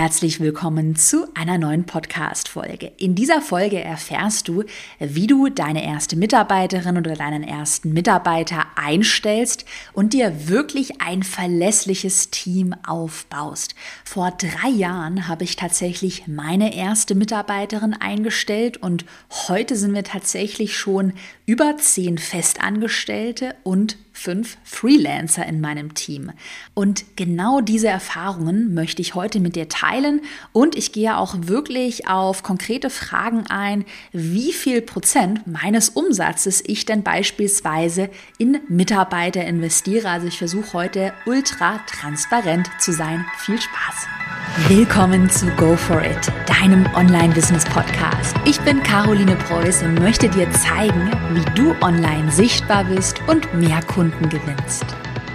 herzlich willkommen zu einer neuen Podcast-Folge. In dieser Folge erfährst du, wie du deine erste Mitarbeiterin oder deinen ersten Mitarbeiter einstellst und dir wirklich ein verlässliches Team aufbaust. Vor 3 Jahren habe ich tatsächlich meine erste Mitarbeiterin eingestellt und heute sind wir tatsächlich schon über 10 Festangestellte und 5 Freelancer in meinem Team. Und genau diese Erfahrungen möchte ich heute mit dir teilen und ich gehe auch wirklich auf konkrete Fragen ein, wie viel Prozent meines Umsatzes ich denn beispielsweise in Mitarbeiter investiere. Also ich versuche heute ultra transparent zu sein. Viel Spaß! Willkommen zu Go For It, deinem Online-Business-Podcast. Ich bin Caroline Preuß und möchte dir zeigen, wie du online sichtbar bist und mehr Kunden gewinnst.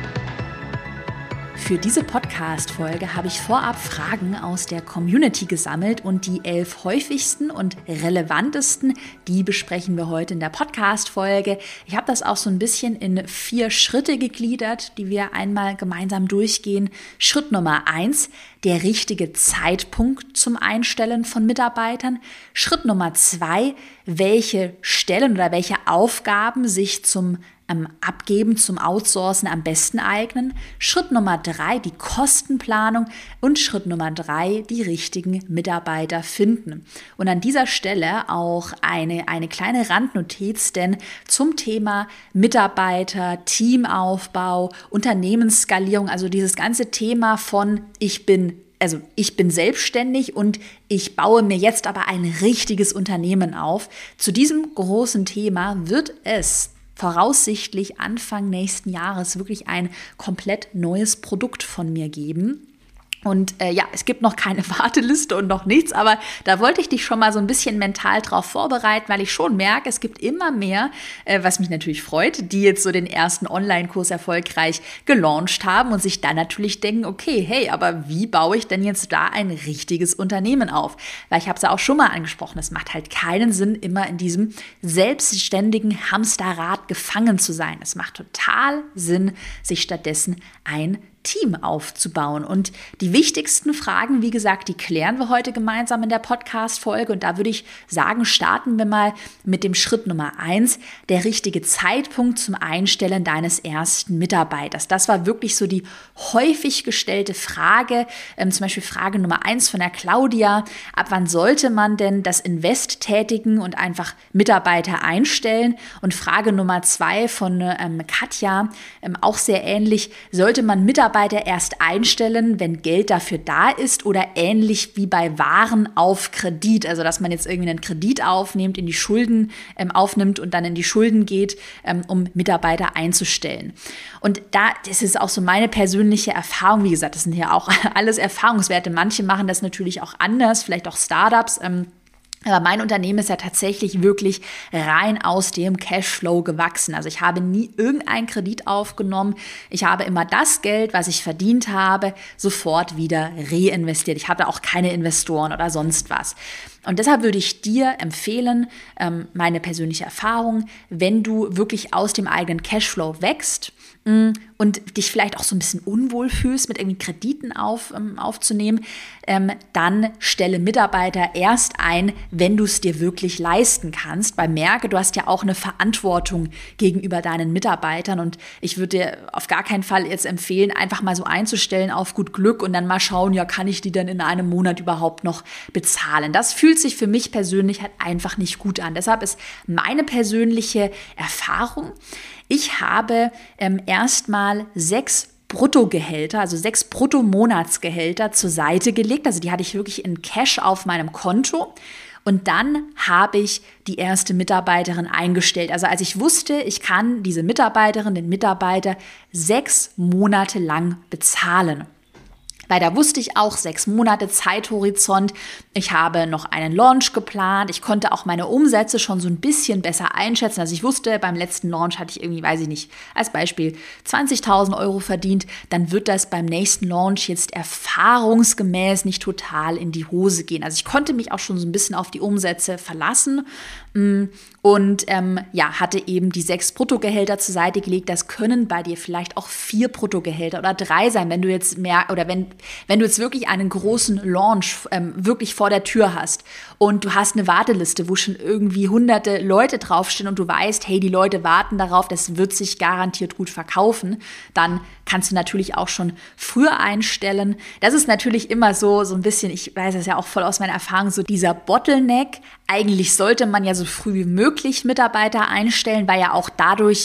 Für diese Podcast-Folge habe ich vorab Fragen aus der Community gesammelt und die 11 häufigsten und relevantesten, die besprechen wir heute in der Podcast-Folge. Ich habe das auch so ein bisschen in 4 Schritte gegliedert, die wir einmal gemeinsam durchgehen. Schritt Nummer 1, der richtige Zeitpunkt zum Einstellen von Mitarbeitern. Schritt Nummer 2, welche Stellen oder welche Aufgaben sich zum Abgeben, zum Outsourcen am besten eignen. Schritt Nummer 3, die Kostenplanung und Schritt Nummer 3, die richtigen Mitarbeiter finden. Und an dieser Stelle auch eine kleine Randnotiz, denn zum Thema Mitarbeiter, Teamaufbau, Unternehmensskalierung, also dieses ganze Thema von ich bin selbstständig und ich baue mir jetzt aber ein richtiges Unternehmen auf. Zu diesem großen Thema wird es voraussichtlich Anfang nächsten Jahres wirklich ein komplett neues Produkt von mir geben. Und es gibt noch keine Warteliste und noch nichts, aber da wollte ich dich schon mal so ein bisschen mental drauf vorbereiten, weil ich schon merke, es gibt immer mehr, was mich natürlich freut, die jetzt so den ersten Online-Kurs erfolgreich gelauncht haben und sich dann natürlich denken, okay, hey, aber wie baue ich denn jetzt da ein richtiges Unternehmen auf? Weil ich habe es ja auch schon mal angesprochen, es macht halt keinen Sinn, immer in diesem selbstständigen Hamsterrad gefangen zu sein. Es macht total Sinn, sich stattdessen ein Team aufzubauen. Und die wichtigsten Fragen, wie gesagt, die klären wir heute gemeinsam in der Podcast-Folge. Und da würde ich sagen, starten wir mal mit dem Schritt Nummer 1, der richtige Zeitpunkt zum Einstellen deines ersten Mitarbeiters. Das war wirklich so die häufig gestellte Frage, zum Beispiel Frage Nummer 1 von der Claudia. Ab wann sollte man denn das Invest tätigen und einfach Mitarbeiter einstellen? Und Frage Nummer 2 von Katja, auch sehr ähnlich, sollte man Mitarbeiter erst einstellen, wenn Geld dafür da ist oder ähnlich wie bei Waren auf Kredit, also dass man jetzt irgendwie einen Kredit aufnimmt, in die Schulden aufnimmt und dann in die Schulden geht, um Mitarbeiter einzustellen. Und das ist auch so meine persönliche Erfahrung, wie gesagt, das sind ja auch alles Erfahrungswerte, manche machen das natürlich auch anders, vielleicht auch Startups, aber mein Unternehmen ist ja tatsächlich wirklich rein aus dem Cashflow gewachsen. Also ich habe nie irgendeinen Kredit aufgenommen. Ich habe immer das Geld, was ich verdient habe, sofort wieder reinvestiert. Ich hatte auch keine Investoren oder sonst was. Und deshalb würde ich dir empfehlen, meine persönliche Erfahrung, wenn du wirklich aus dem eigenen Cashflow wächst und dich vielleicht auch so ein bisschen unwohl fühlst, mit irgendwie Krediten aufzunehmen, dann stelle Mitarbeiter erst ein, wenn du es dir wirklich leisten kannst. Weil merke, du hast ja auch eine Verantwortung gegenüber deinen Mitarbeitern und ich würde dir auf gar keinen Fall jetzt empfehlen, einfach mal so einzustellen auf gut Glück und dann mal schauen, ja, kann ich die denn in einem Monat überhaupt noch bezahlen? Das fühlt sich für mich persönlich halt einfach nicht gut an. Deshalb ist meine persönliche Erfahrung, ich habe erstmal 6 Bruttogehälter, also 6 Bruttomonatsgehälter zur Seite gelegt. Also die hatte ich wirklich in Cash auf meinem Konto. Und dann habe ich die erste Mitarbeiterin eingestellt. Also als ich wusste, ich kann diese Mitarbeiterin, den Mitarbeiter 6 Monate lang bezahlen. Weil da wusste ich auch 6 Monate Zeithorizont. Ich habe noch einen Launch geplant. Ich konnte auch meine Umsätze schon so ein bisschen besser einschätzen. Also ich wusste, beim letzten Launch hatte ich irgendwie, weiß ich nicht, als Beispiel 20.000 Euro verdient. Dann wird das beim nächsten Launch jetzt erfahrungsgemäß nicht total in die Hose gehen. Also ich konnte mich auch schon so ein bisschen auf die Umsätze verlassen. und hatte eben die 6 Bruttogehälter zur Seite gelegt. Das können bei dir vielleicht auch 4 Bruttogehälter oder 3 sein, wenn du jetzt wenn du jetzt wirklich einen großen Launch wirklich vor der Tür hast und du hast eine Warteliste, wo schon irgendwie hunderte Leute draufstehen und du weißt, hey, die Leute warten darauf, das wird sich garantiert gut verkaufen, dann kannst du natürlich auch schon früher einstellen. Das ist natürlich immer so ein bisschen, ich weiß das ja auch voll aus meiner Erfahrung, so dieser Bottleneck. Eigentlich sollte man ja so früh wie möglich Mitarbeiter einstellen, weil ja auch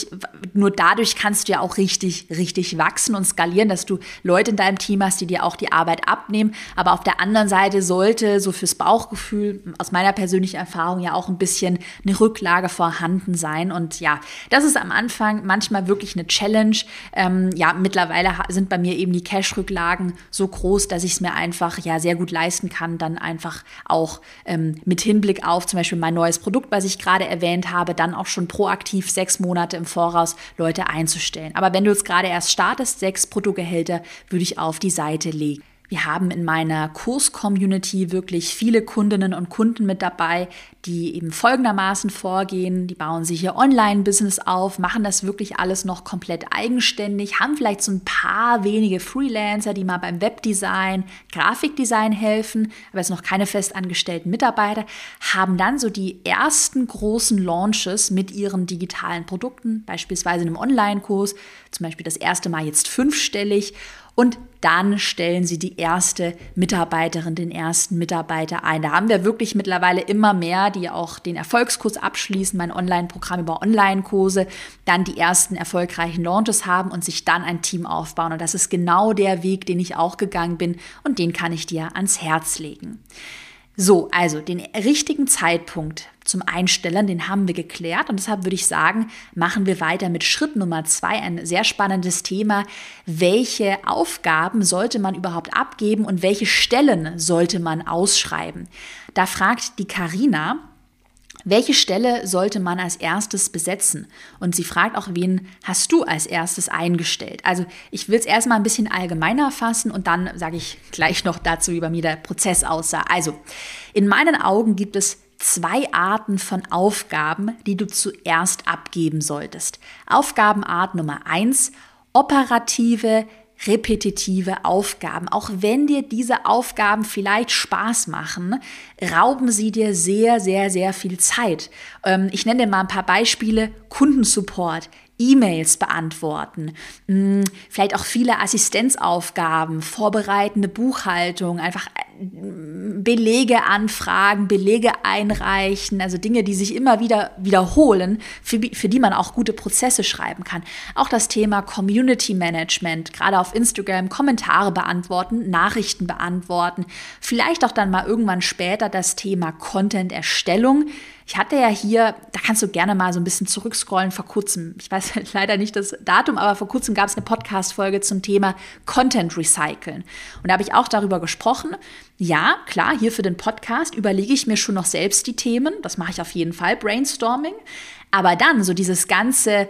nur dadurch kannst du ja auch richtig, richtig wachsen und skalieren, dass du Leute in deinem Team hast, die dir auch die Arbeit abnehmen. Aber auf der anderen Seite sollte so fürs Bauchgefühl, aus meiner persönlichen Erfahrung, ja auch ein bisschen eine Rücklage vorhanden sein. Und ja, das ist am Anfang manchmal wirklich eine Challenge. Mittlerweile sind bei mir eben die Cash-Rücklagen so groß, dass ich es mir einfach sehr gut leisten kann, dann einfach auch mit Hinblick auf zum Beispiel mein neues Produkt, was ich gerade erwähnt habe, dann auch schon proaktiv 6 Monate im Voraus Leute einzustellen. Aber wenn du jetzt gerade erst startest, 6 Bruttogehälter würde ich auf die Seite legen. Wir haben in meiner Kurs-Community wirklich viele Kundinnen und Kunden mit dabei, die eben folgendermaßen vorgehen. Die bauen sich ihr Online-Business auf, machen das wirklich alles noch komplett eigenständig, haben vielleicht so ein paar wenige Freelancer, die mal beim Webdesign, Grafikdesign helfen, aber jetzt noch keine festangestellten Mitarbeiter, haben dann so die ersten großen Launches mit ihren digitalen Produkten, beispielsweise in einem Online-Kurs, zum Beispiel das erste Mal jetzt 5-stellig. Und dann stellen sie die erste Mitarbeiterin, den ersten Mitarbeiter ein. Da haben wir wirklich mittlerweile immer mehr, die auch den Erfolgskurs abschließen, mein Online-Programm über Online-Kurse, dann die ersten erfolgreichen Launches haben und sich dann ein Team aufbauen. Und das ist genau der Weg, den ich auch gegangen bin und den kann ich dir ans Herz legen. So, also den richtigen Zeitpunkt zum Einstellen, den haben wir geklärt und deshalb würde ich sagen, machen wir weiter mit Schritt Nummer 2, ein sehr spannendes Thema. Welche Aufgaben sollte man überhaupt abgeben und welche Stellen sollte man ausschreiben? Da fragt die Carina, welche Stelle sollte man als erstes besetzen? Und sie fragt auch, wen hast du als erstes eingestellt? Also ich will es erstmal ein bisschen allgemeiner fassen und dann sage ich gleich noch dazu, wie bei mir der Prozess aussah. Also in meinen Augen gibt es 2 Arten von Aufgaben, die du zuerst abgeben solltest. Aufgabenart Nummer 1, operative, repetitive Aufgaben. Auch wenn dir diese Aufgaben vielleicht Spaß machen, rauben sie dir sehr, sehr, sehr viel Zeit. Ich nenne dir mal ein paar Beispiele. Kundensupport, E-Mails beantworten, vielleicht auch viele Assistenzaufgaben, vorbereitende Buchhaltung, einfach Belege anfragen, Belege einreichen, also Dinge, die sich immer wieder wiederholen, für die man auch gute Prozesse schreiben kann. Auch das Thema Community Management, gerade auf Instagram, Kommentare beantworten, Nachrichten beantworten, vielleicht auch dann mal irgendwann später das Thema Content-Erstellung. Ich hatte ja hier, da kannst du gerne mal so ein bisschen zurückscrollen, vor kurzem, ich weiß leider nicht das Datum, aber vor kurzem gab es eine Podcast-Folge zum Thema Content Recyceln. Und da habe ich auch darüber gesprochen. Ja, klar, hier für den Podcast überlege ich mir schon noch selbst die Themen. Das mache ich auf jeden Fall, Brainstorming. Aber dann so dieses ganze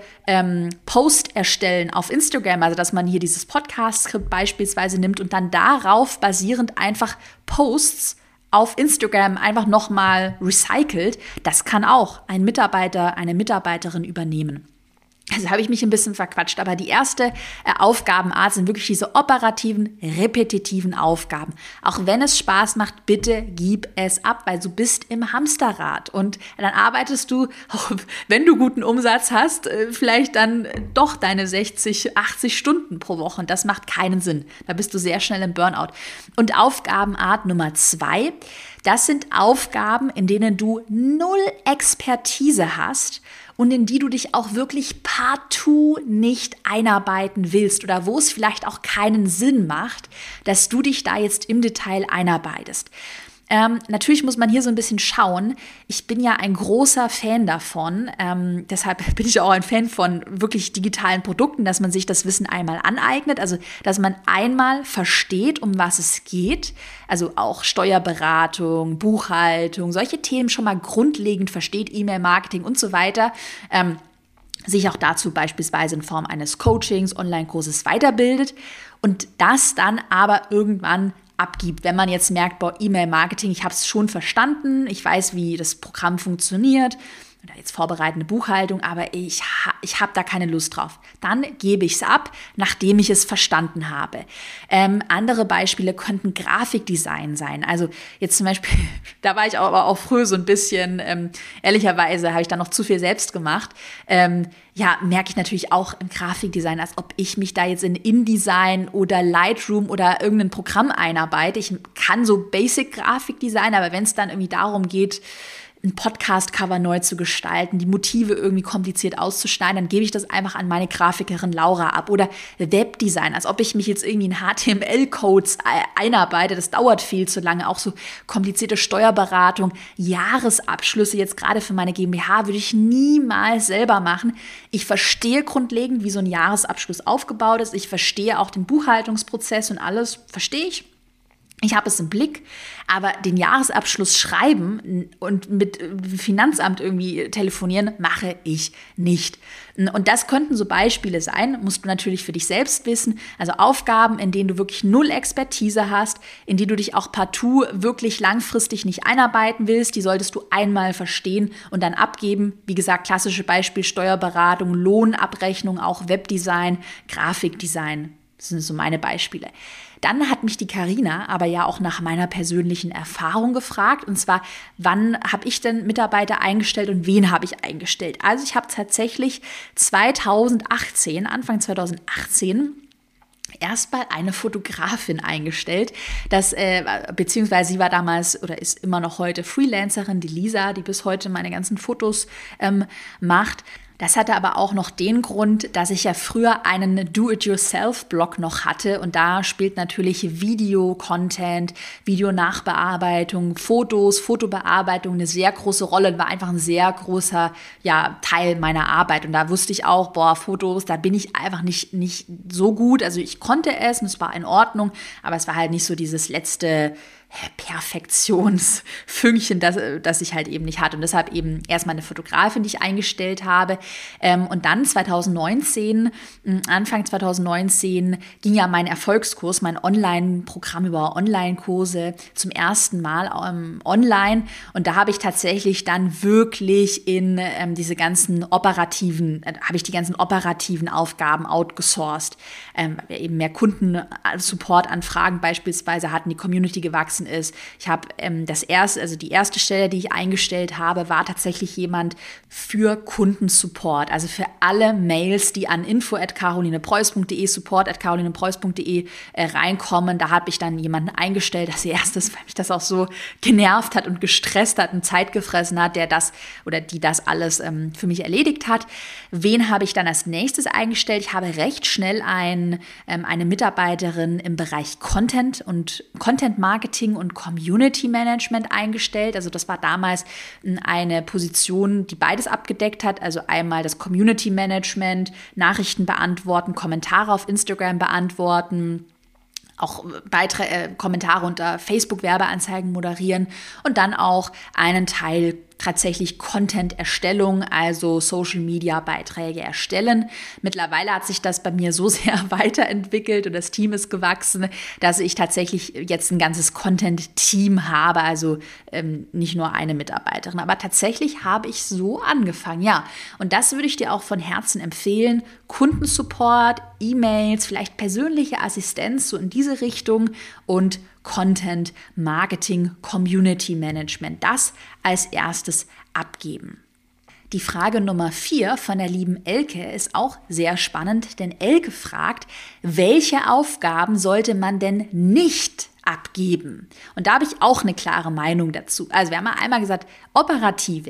Post erstellen auf Instagram, also dass man hier dieses Podcast-Skript beispielsweise nimmt und dann darauf basierend einfach Posts auf Instagram einfach nochmal recycelt, das kann auch ein Mitarbeiter, eine Mitarbeiterin übernehmen. Also habe ich mich ein bisschen verquatscht, aber die erste Aufgabenart sind wirklich diese operativen, repetitiven Aufgaben. Auch wenn es Spaß macht, bitte gib es ab, weil du bist im Hamsterrad und dann arbeitest du, auch wenn du guten Umsatz hast, vielleicht dann doch deine 60, 80 Stunden pro Woche und das macht keinen Sinn. Da bist du sehr schnell im Burnout. Und Aufgabenart Nummer 2, das sind Aufgaben, in denen du 0 Expertise hast und in die du dich auch wirklich partout nicht einarbeiten willst oder wo es vielleicht auch keinen Sinn macht, dass du dich da jetzt im Detail einarbeitest. Natürlich muss man hier so ein bisschen schauen. Ich bin ja ein großer Fan davon, deshalb bin ich auch ein Fan von wirklich digitalen Produkten, dass man sich das Wissen einmal aneignet, also dass man einmal versteht, um was es geht, also auch Steuerberatung, Buchhaltung, solche Themen schon mal grundlegend versteht, E-Mail-Marketing und so weiter, sich auch dazu beispielsweise in Form eines Coachings, Online-Kurses weiterbildet und das dann aber irgendwann abgibt, wenn man jetzt merkt, boah, E-Mail-Marketing, ich habe es schon verstanden, ich weiß, wie das Programm funktioniert, oder jetzt vorbereitende Buchhaltung, aber ich habe da keine Lust drauf. Dann gebe ich es ab, nachdem ich es verstanden habe. Andere Beispiele könnten Grafikdesign sein. Also jetzt zum Beispiel, da war ich aber auch früher so ein bisschen, ehrlicherweise habe ich da noch zu viel selbst gemacht. Merke ich natürlich auch im Grafikdesign, als ob ich mich da jetzt in InDesign oder Lightroom oder irgendein Programm einarbeite. Ich kann so Basic-Grafikdesign, aber wenn es dann irgendwie darum geht, ein Podcast-Cover neu zu gestalten, die Motive irgendwie kompliziert auszuschneiden, dann gebe ich das einfach an meine Grafikerin Laura ab. Oder Webdesign, als ob ich mich jetzt irgendwie in HTML-Codes einarbeite, das dauert viel zu lange. Auch so komplizierte Steuerberatung, Jahresabschlüsse, jetzt gerade für meine GmbH, würde ich niemals selber machen. Ich verstehe grundlegend, wie so ein Jahresabschluss aufgebaut ist. Ich verstehe auch den Buchhaltungsprozess und alles, verstehe ich. Ich habe es im Blick, aber den Jahresabschluss schreiben und mit Finanzamt irgendwie telefonieren, mache ich nicht. Und das könnten so Beispiele sein, musst du natürlich für dich selbst wissen. Also Aufgaben, in denen du wirklich null Expertise hast, in die du dich auch partout wirklich langfristig nicht einarbeiten willst, die solltest du einmal verstehen und dann abgeben. Wie gesagt, klassische Beispiel Steuerberatung, Lohnabrechnung, auch Webdesign, Grafikdesign. Das sind so meine Beispiele. Dann hat mich die Carina aber ja auch nach meiner persönlichen Erfahrung gefragt. Und zwar, wann habe ich denn Mitarbeiter eingestellt und wen habe ich eingestellt? Also ich habe tatsächlich Anfang 2018, erstmal eine Fotografin eingestellt, beziehungsweise sie war damals oder ist immer noch heute Freelancerin, die Lisa, die bis heute meine ganzen Fotos macht. Das hatte aber auch noch den Grund, dass ich ja früher einen Do-it-yourself-Blog noch hatte und da spielt natürlich Video-Content, Videonachbearbeitung, Fotos, Fotobearbeitung eine sehr große Rolle und war einfach ein sehr großer Teil meiner Arbeit. Und da wusste ich auch, Fotos, da bin ich einfach nicht so gut. Also ich konnte es und es war in Ordnung, aber es war halt nicht so dieses letzte Perfektionsfünkchen, das ich halt eben nicht hatte. Und deshalb eben erstmal eine Fotografin, die ich eingestellt habe. Und dann Anfang 2019 ging ja mein Erfolgskurs, mein Online-Programm über Online-Kurse zum ersten Mal online. Und da habe ich tatsächlich dann wirklich in die ganzen operativen Aufgaben outgesourced. Eben mehr Kundensupport-Anfragen beispielsweise hatten, die Community gewachsen ist. Ich habe die erste Stelle, die ich eingestellt habe, war tatsächlich jemand für Kundensupport, also für alle Mails, die an info@carolinepreuß.de, support@carolinepreuß.de reinkommen. Da habe ich dann jemanden eingestellt, als erstes, weil mich das auch so genervt hat und gestresst hat und Zeit gefressen hat, die das alles für mich erledigt hat. Wen habe ich dann als nächstes eingestellt? Ich habe recht schnell eine Mitarbeiterin im Bereich Content und Content Marketing und Community Management eingestellt. Also das war damals eine Position, die beides abgedeckt hat. Also einmal das Community Management, Nachrichten beantworten, Kommentare auf Instagram beantworten, auch Kommentare unter Facebook-Werbeanzeigen moderieren und dann auch einen Teil tatsächlich Content-Erstellung, also Social-Media-Beiträge erstellen. Mittlerweile hat sich das bei mir so sehr weiterentwickelt und das Team ist gewachsen, dass ich tatsächlich jetzt ein ganzes Content-Team habe, also nicht nur eine Mitarbeiterin. Aber tatsächlich habe ich so angefangen, ja. Und das würde ich dir auch von Herzen empfehlen. Kundensupport, E-Mails, vielleicht persönliche Assistenz, so in diese Richtung und Content, Marketing, Community Management, das als erstes abgeben. Die Frage Nummer 4 von der lieben Elke ist auch sehr spannend, denn Elke fragt, welche Aufgaben sollte man denn nicht abgeben? Und da habe ich auch eine klare Meinung dazu. Also wir haben einmal gesagt, operative,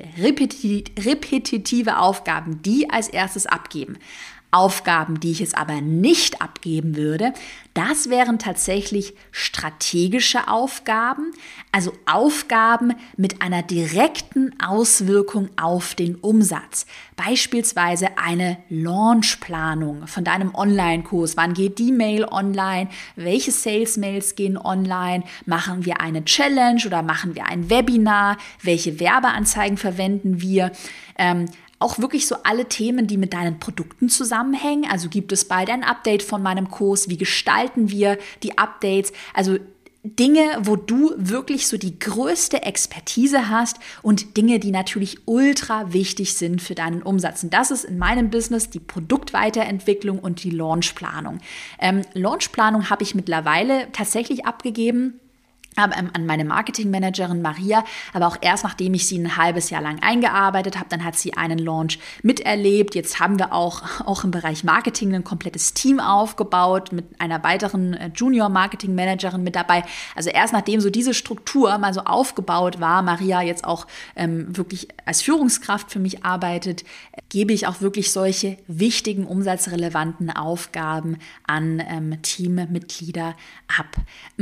repetitive Aufgaben, die als erstes abgeben. Aufgaben, die ich jetzt aber nicht abgeben würde, das wären tatsächlich strategische Aufgaben, also Aufgaben mit einer direkten Auswirkung auf den Umsatz. Beispielsweise eine Launchplanung von deinem Online-Kurs. Wann geht die Mail online? Welche Sales-Mails gehen online? Machen wir eine Challenge oder machen wir ein Webinar? Welche Werbeanzeigen verwenden wir? Auch wirklich so alle Themen, die mit deinen Produkten zusammenhängen. Also gibt es bald ein Update von meinem Kurs? Wie gestalten wir die Updates? Also Dinge, wo du wirklich so die größte Expertise hast und Dinge, die natürlich ultra wichtig sind für deinen Umsatz. Und das ist in meinem Business die Produktweiterentwicklung und die Launchplanung. Launchplanung habe ich mittlerweile tatsächlich abgegeben an meine Marketingmanagerin Maria, aber auch erst nachdem ich sie ein halbes Jahr lang eingearbeitet habe, dann hat sie einen Launch miterlebt. Jetzt haben wir auch im Bereich Marketing ein komplettes Team aufgebaut mit einer weiteren Junior-Marketing-Managerin mit dabei. Also erst nachdem so diese Struktur mal so aufgebaut war, Maria jetzt auch wirklich als Führungskraft für mich arbeitet, gebe ich auch wirklich solche wichtigen, umsatzrelevanten Aufgaben an Teammitglieder ab.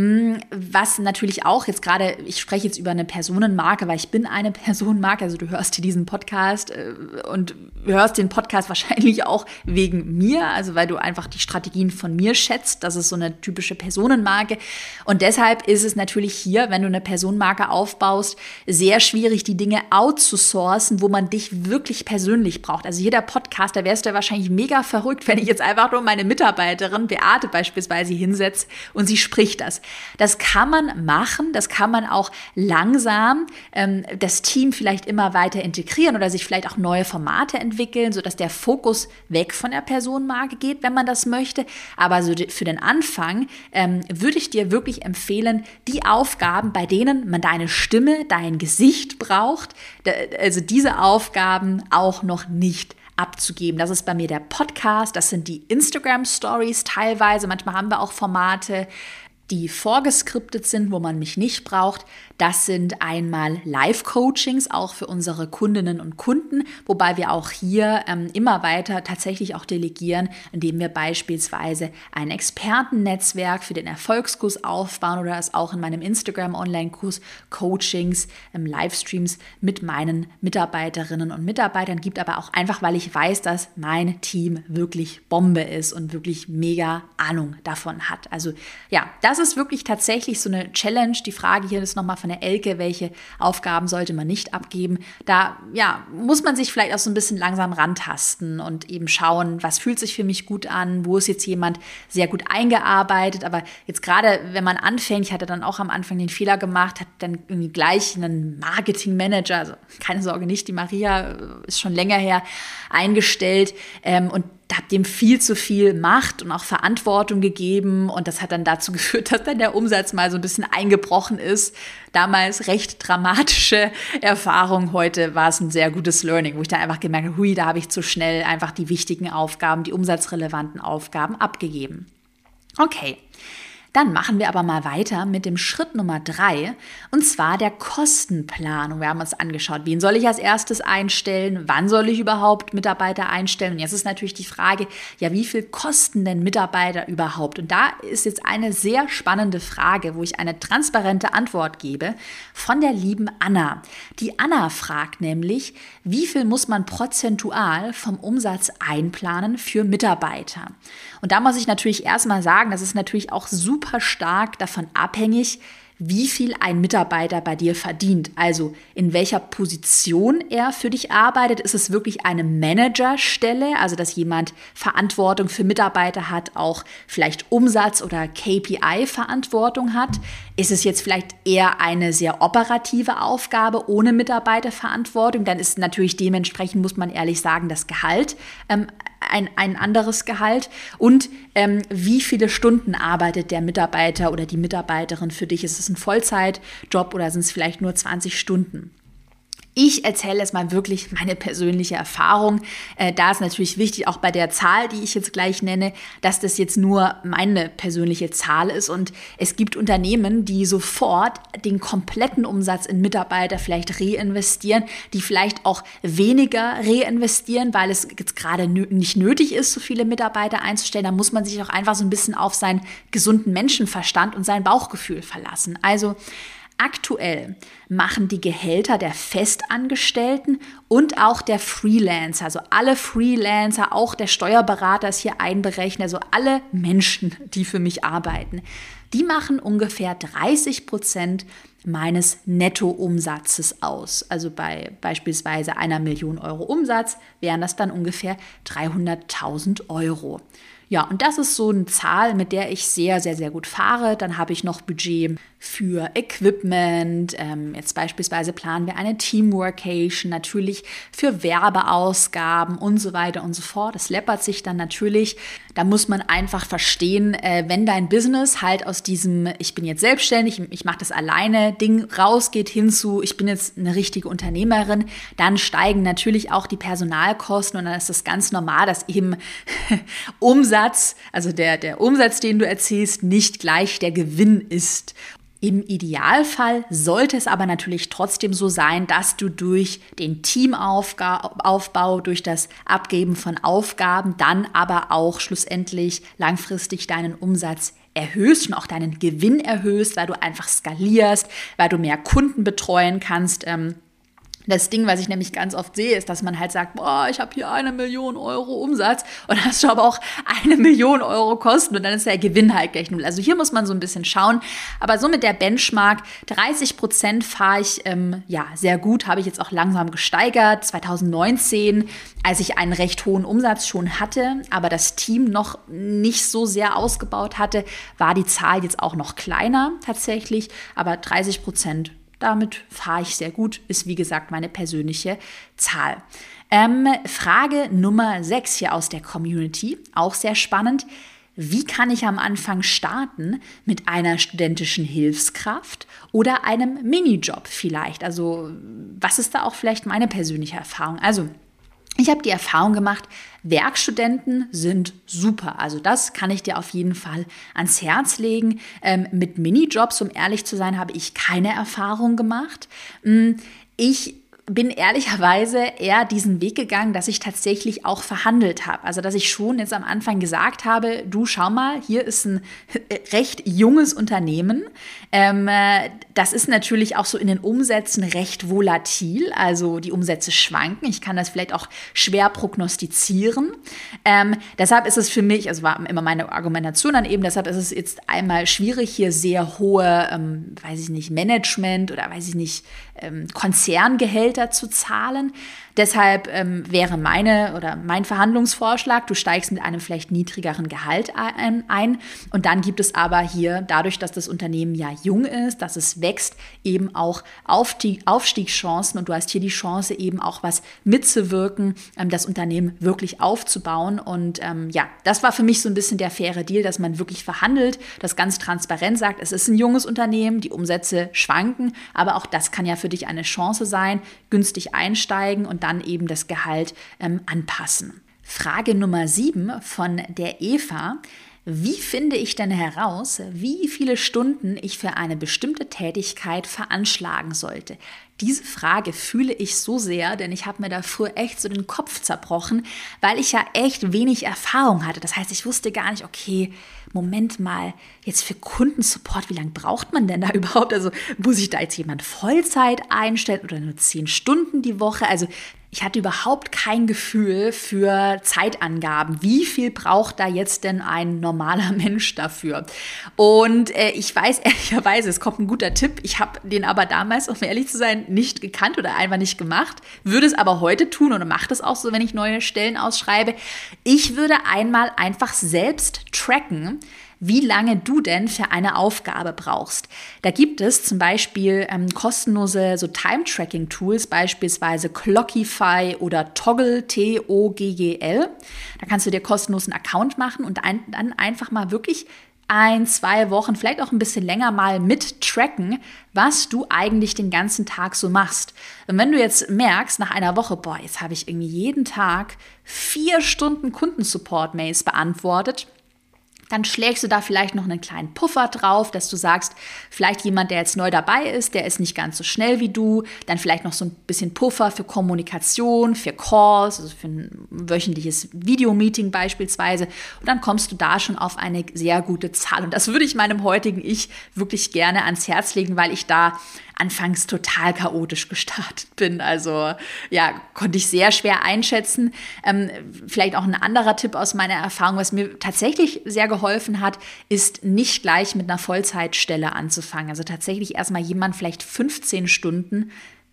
Was natürlich auch jetzt gerade, ich spreche jetzt über eine Personenmarke, weil ich bin eine Personenmarke, also du hörst diesen Podcast und hörst den Podcast wahrscheinlich auch wegen mir, also weil du einfach die Strategien von mir schätzt. Das ist so eine typische Personenmarke und deshalb ist es natürlich hier, wenn du eine Personenmarke aufbaust, sehr schwierig, die Dinge outzusourcen, wo man dich wirklich persönlich braucht. Also jeder Podcast, da wärst du ja wahrscheinlich mega verrückt, wenn ich jetzt einfach nur meine Mitarbeiterin Beate beispielsweise hinsetze und sie spricht das. Das kann man machen, das kann man auch langsam das Team vielleicht immer weiter integrieren oder sich vielleicht auch neue Formate entwickeln, sodass der Fokus weg von der Personenmarke geht, wenn man das möchte. Aber so für den Anfang würde ich dir wirklich empfehlen, die Aufgaben, bei denen man deine Stimme, dein Gesicht braucht, also diese Aufgaben auch noch nicht abzugeben. Das ist bei mir der Podcast, das sind die Instagram-Stories teilweise. Manchmal haben wir auch Formate, die vorgeskriptet sind, wo man mich nicht braucht. Das sind einmal Live-Coachings, auch für unsere Kundinnen und Kunden, wobei wir auch hier immer weiter tatsächlich auch delegieren, indem wir beispielsweise ein Expertennetzwerk für den Erfolgskurs aufbauen oder es auch in meinem Instagram-Online-Kurs Coachings, Livestreams mit meinen Mitarbeiterinnen und Mitarbeitern gibt, aber auch einfach, weil ich weiß, dass mein Team wirklich Bombe ist und wirklich mega Ahnung davon hat. Also ja, das ist wirklich tatsächlich so eine Challenge. Die Frage hier ist nochmal von der Elke, welche Aufgaben sollte man nicht abgeben. Da muss man sich vielleicht auch so ein bisschen langsam rantasten und eben schauen, was fühlt sich für mich gut an, wo ist jetzt jemand sehr gut eingearbeitet. Aber jetzt gerade, wenn man anfängt, ich hatte dann auch am Anfang den Fehler gemacht, hat dann irgendwie gleich einen Marketingmanager, also keine Sorge nicht, die Maria ist schon länger her, eingestellt und habe dem viel zu viel Macht und auch Verantwortung gegeben und das hat dann dazu geführt, dass dann der Umsatz mal so ein bisschen eingebrochen ist. Damals recht dramatische Erfahrung, heute war es ein sehr gutes Learning, wo ich dann einfach gemerkt habe, hui, da habe ich zu schnell einfach die wichtigen Aufgaben, die umsatzrelevanten Aufgaben abgegeben. Okay. Dann machen wir aber mal weiter mit dem Schritt Nummer 3 und zwar der Kostenplanung. Wir haben uns angeschaut, wen soll ich als erstes einstellen, wann soll ich überhaupt Mitarbeiter einstellen und jetzt ist natürlich die Frage, ja, wie viel kosten denn Mitarbeiter überhaupt? Und da ist jetzt eine sehr spannende Frage, wo ich eine transparente Antwort gebe von der lieben Anna. Die Anna fragt nämlich, wie viel muss man prozentual vom Umsatz einplanen für Mitarbeiter? Und da muss ich natürlich erstmal sagen, das ist natürlich auch super stark davon abhängig, wie viel ein Mitarbeiter bei dir verdient. Also in welcher Position er für dich arbeitet. Ist es wirklich eine Managerstelle, also dass jemand Verantwortung für Mitarbeiter hat, auch vielleicht Umsatz- oder KPI-Verantwortung hat? Ist es jetzt vielleicht eher eine sehr operative Aufgabe ohne Mitarbeiterverantwortung? Dann ist natürlich dementsprechend, muss man ehrlich sagen, das Gehalt ein anderes Gehalt und wie viele Stunden arbeitet der Mitarbeiter oder die Mitarbeiterin für dich? Ist es ein Vollzeitjob oder sind es vielleicht nur 20 Stunden? Ich erzähle jetzt mal wirklich meine persönliche Erfahrung. Da ist natürlich wichtig, auch bei der Zahl, die ich jetzt gleich nenne, dass das jetzt nur meine persönliche Zahl ist. Und es gibt Unternehmen, die sofort den kompletten Umsatz in Mitarbeiter vielleicht reinvestieren, die vielleicht auch weniger reinvestieren, weil es jetzt gerade nicht nötig ist, so viele Mitarbeiter einzustellen. Da muss man sich auch einfach so ein bisschen auf seinen gesunden Menschenverstand und sein Bauchgefühl verlassen. Also aktuell machen die Gehälter der Festangestellten und auch der Freelancer, also alle Freelancer, auch der Steuerberater ist hier einberechnet, also alle Menschen, die für mich arbeiten, die machen ungefähr 30% meines Nettoumsatzes aus. Also bei beispielsweise 1 Million Euro Umsatz wären das dann ungefähr 300.000 Euro. Ja, und das ist so eine Zahl, mit der ich sehr, sehr, sehr gut fahre. Dann habe ich noch Budget für Equipment. Jetzt beispielsweise planen wir eine Teamworkation, natürlich für Werbeausgaben und so weiter und so fort. Das läppert sich dann natürlich. Da muss man einfach verstehen, wenn dein Business halt aus diesem ich bin jetzt selbstständig, ich mache das alleine Ding rausgeht hin zu ich bin jetzt eine richtige Unternehmerin, dann steigen natürlich auch die Personalkosten und dann ist das ganz normal, dass eben Umsatz, also der Umsatz, den du erzielst, nicht gleich der Gewinn ist. Im Idealfall sollte es aber natürlich trotzdem so sein, dass du durch den Teamaufbau, durch das Abgeben von Aufgaben dann aber auch schlussendlich langfristig deinen Umsatz erhöhst und auch deinen Gewinn erhöhst, weil du einfach skalierst, weil du mehr Kunden betreuen kannst. Das Ding, was ich nämlich ganz oft sehe, ist, dass man halt sagt, boah, ich habe hier 1 Million Euro Umsatz und dann hast du aber auch 1 Million Euro Kosten und dann ist der Gewinn halt gleich 0. Also hier muss man so ein bisschen schauen, aber so mit der Benchmark 30% fahre ich sehr gut, habe ich jetzt auch langsam gesteigert. 2019, als ich einen recht hohen Umsatz schon hatte, aber das Team noch nicht so sehr ausgebaut hatte, war die Zahl jetzt auch noch kleiner tatsächlich, aber 30%. Damit fahre ich sehr gut, ist wie gesagt meine persönliche Zahl. Frage Nummer 6 hier aus der Community, auch sehr spannend. Wie kann ich am Anfang starten mit einer studentischen Hilfskraft oder einem Minijob vielleicht? Also was ist da auch vielleicht meine persönliche Erfahrung? Also ich habe die Erfahrung gemacht, Werkstudenten sind super. Also das kann ich dir auf jeden Fall ans Herz legen. Mit Minijobs, um ehrlich zu sein, habe ich keine Erfahrung gemacht. Ich bin ehrlicherweise eher diesen Weg gegangen, dass ich tatsächlich auch verhandelt habe. Also dass ich schon jetzt am Anfang gesagt habe, du schau mal, hier ist ein recht junges Unternehmen. Das ist natürlich auch so in den Umsätzen recht volatil. Also die Umsätze schwanken. Ich kann das vielleicht auch schwer prognostizieren. Deshalb ist es für mich, also war immer meine Argumentation dann eben, deshalb ist es jetzt einmal schwierig, hier sehr hohe, Management oder Konzerngehälter zu zahlen. Deshalb wäre mein Verhandlungsvorschlag, du steigst mit einem vielleicht niedrigeren Gehalt ein und dann gibt es aber hier, dadurch, dass das Unternehmen ja jung ist, dass es wächst, eben auch Aufstiegschancen und du hast hier die Chance eben auch was mitzuwirken, das Unternehmen wirklich aufzubauen und das war für mich so ein bisschen der faire Deal, dass man wirklich verhandelt, das ganz transparent sagt, es ist ein junges Unternehmen, die Umsätze schwanken, aber auch das kann ja für dich eine Chance sein, günstig einsteigen und dann eben das Gehalt anpassen. Frage Nummer 7 von der Eva. Wie finde ich denn heraus, wie viele Stunden ich für eine bestimmte Tätigkeit veranschlagen sollte? Diese Frage fühle ich so sehr, denn ich habe mir da früher echt so den Kopf zerbrochen, weil ich ja echt wenig Erfahrung hatte. Das heißt, ich wusste gar nicht, okay, Moment mal, jetzt für Kundensupport, wie lange braucht man denn da überhaupt? Also muss ich da jetzt jemand Vollzeit einstellen oder nur 10 Stunden die Woche? Also ich hatte überhaupt kein Gefühl für Zeitangaben. Wie viel braucht da jetzt denn ein normaler Mensch dafür? Und ich weiß ehrlicherweise, es kommt ein guter Tipp. Ich habe den aber damals, um ehrlich zu sein, nicht gekannt oder einfach nicht gemacht. Würde es aber heute tun oder mache das auch so, wenn ich neue Stellen ausschreibe. Ich würde einmal einfach selbst tracken, wie lange du denn für eine Aufgabe brauchst. Da gibt es zum Beispiel kostenlose so Time-Tracking-Tools, beispielsweise Clockify oder Toggl, T-O-G-G-L. Da kannst du dir kostenlosen Account machen und dann einfach mal wirklich 1-2 Wochen, vielleicht auch ein bisschen länger mal mit-tracken, was du eigentlich den ganzen Tag so machst. Und wenn du jetzt merkst, nach einer Woche, jetzt habe ich irgendwie jeden Tag 4 Stunden Kundensupport-Mails beantwortet, dann schlägst du da vielleicht noch einen kleinen Puffer drauf, dass du sagst, vielleicht jemand, der jetzt neu dabei ist, der ist nicht ganz so schnell wie du, dann vielleicht noch so ein bisschen Puffer für Kommunikation, für Calls, also für ein wöchentliches Videomeeting beispielsweise und dann kommst du da schon auf eine sehr gute Zahl und das würde ich meinem heutigen Ich wirklich gerne ans Herz legen, weil ich da anfangs total chaotisch gestartet bin. Also konnte ich sehr schwer einschätzen. Vielleicht auch ein anderer Tipp aus meiner Erfahrung, was mir tatsächlich sehr geholfen hat, ist nicht gleich mit einer Vollzeitstelle anzufangen. Also tatsächlich erstmal jemand vielleicht 15 Stunden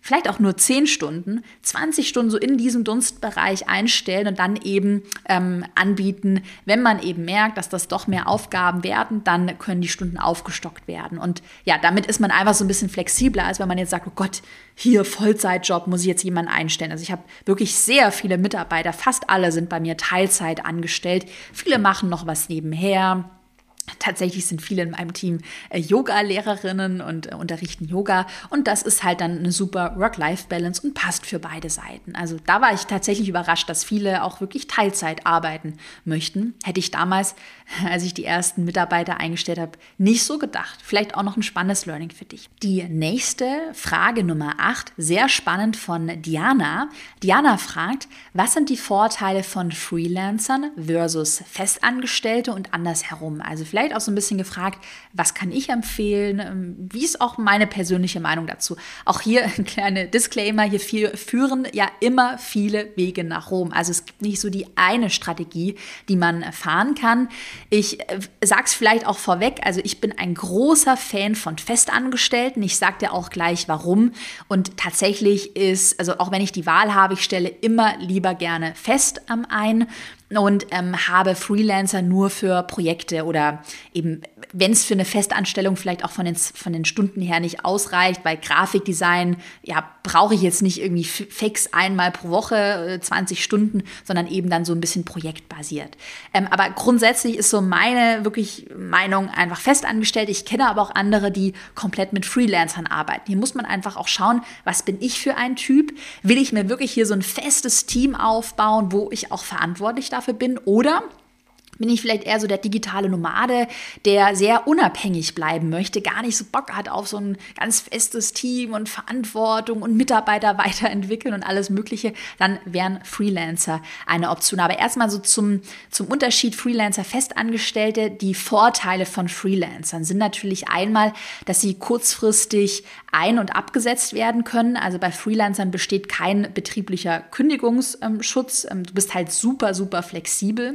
vielleicht auch nur 10 Stunden, 20 Stunden so in diesem Dunstbereich einstellen und dann eben anbieten. Wenn man eben merkt, dass das doch mehr Aufgaben werden, dann können die Stunden aufgestockt werden. Und ja, damit ist man einfach so ein bisschen flexibler, als wenn man jetzt sagt, oh Gott, hier Vollzeitjob, muss ich jetzt jemanden einstellen. Also ich habe wirklich sehr viele Mitarbeiter, fast alle sind bei mir Teilzeit angestellt. Viele machen noch was nebenher. Tatsächlich sind viele in meinem Team Yoga-Lehrerinnen und unterrichten Yoga und das ist halt dann eine super Work-Life-Balance und passt für beide Seiten. Also da war ich tatsächlich überrascht, dass viele auch wirklich Teilzeit arbeiten möchten. Hätte ich damals, als ich die ersten Mitarbeiter eingestellt habe, nicht so gedacht. Vielleicht auch noch ein spannendes Learning für dich. Die nächste Frage Nummer 8, sehr spannend von Diana. Diana fragt, was sind die Vorteile von Freelancern versus Festangestellte und andersherum? Also vielleicht auch so ein bisschen gefragt, was kann ich empfehlen? Wie ist auch meine persönliche Meinung dazu? Auch hier ein kleiner Disclaimer, hier führen ja immer viele Wege nach Rom. Also es gibt nicht so die eine Strategie, die man fahren kann. Ich sage es vielleicht auch vorweg, also ich bin ein großer Fan von Festangestellten. Ich sage dir auch gleich, warum. Und tatsächlich ist, also auch wenn ich die Wahl habe, ich stelle immer lieber gerne fest ein und habe Freelancer nur für Projekte oder eben, wenn es für eine Festanstellung vielleicht auch von den Stunden her nicht ausreicht, weil Grafikdesign, ja, brauche ich jetzt nicht irgendwie fix einmal pro Woche 20 Stunden, sondern eben dann so ein bisschen projektbasiert. Aber grundsätzlich ist so meine wirklich Meinung einfach festangestellt. Ich kenne aber auch andere, die komplett mit Freelancern arbeiten. Hier muss man einfach auch schauen, was bin ich für ein Typ? Will ich mir wirklich hier so ein festes Team aufbauen, wo ich auch verantwortlich dafür bin? Oder bin ich vielleicht eher so der digitale Nomade, der sehr unabhängig bleiben möchte, gar nicht so Bock hat auf so ein ganz festes Team und Verantwortung und Mitarbeiter weiterentwickeln und alles Mögliche, dann wären Freelancer eine Option. Aber erstmal so zum Unterschied Freelancer-Festangestellte. Die Vorteile von Freelancern sind natürlich einmal, dass sie kurzfristig ein- und abgesetzt werden können. Also bei Freelancern besteht kein betrieblicher Kündigungsschutz. Du bist halt super, super flexibel.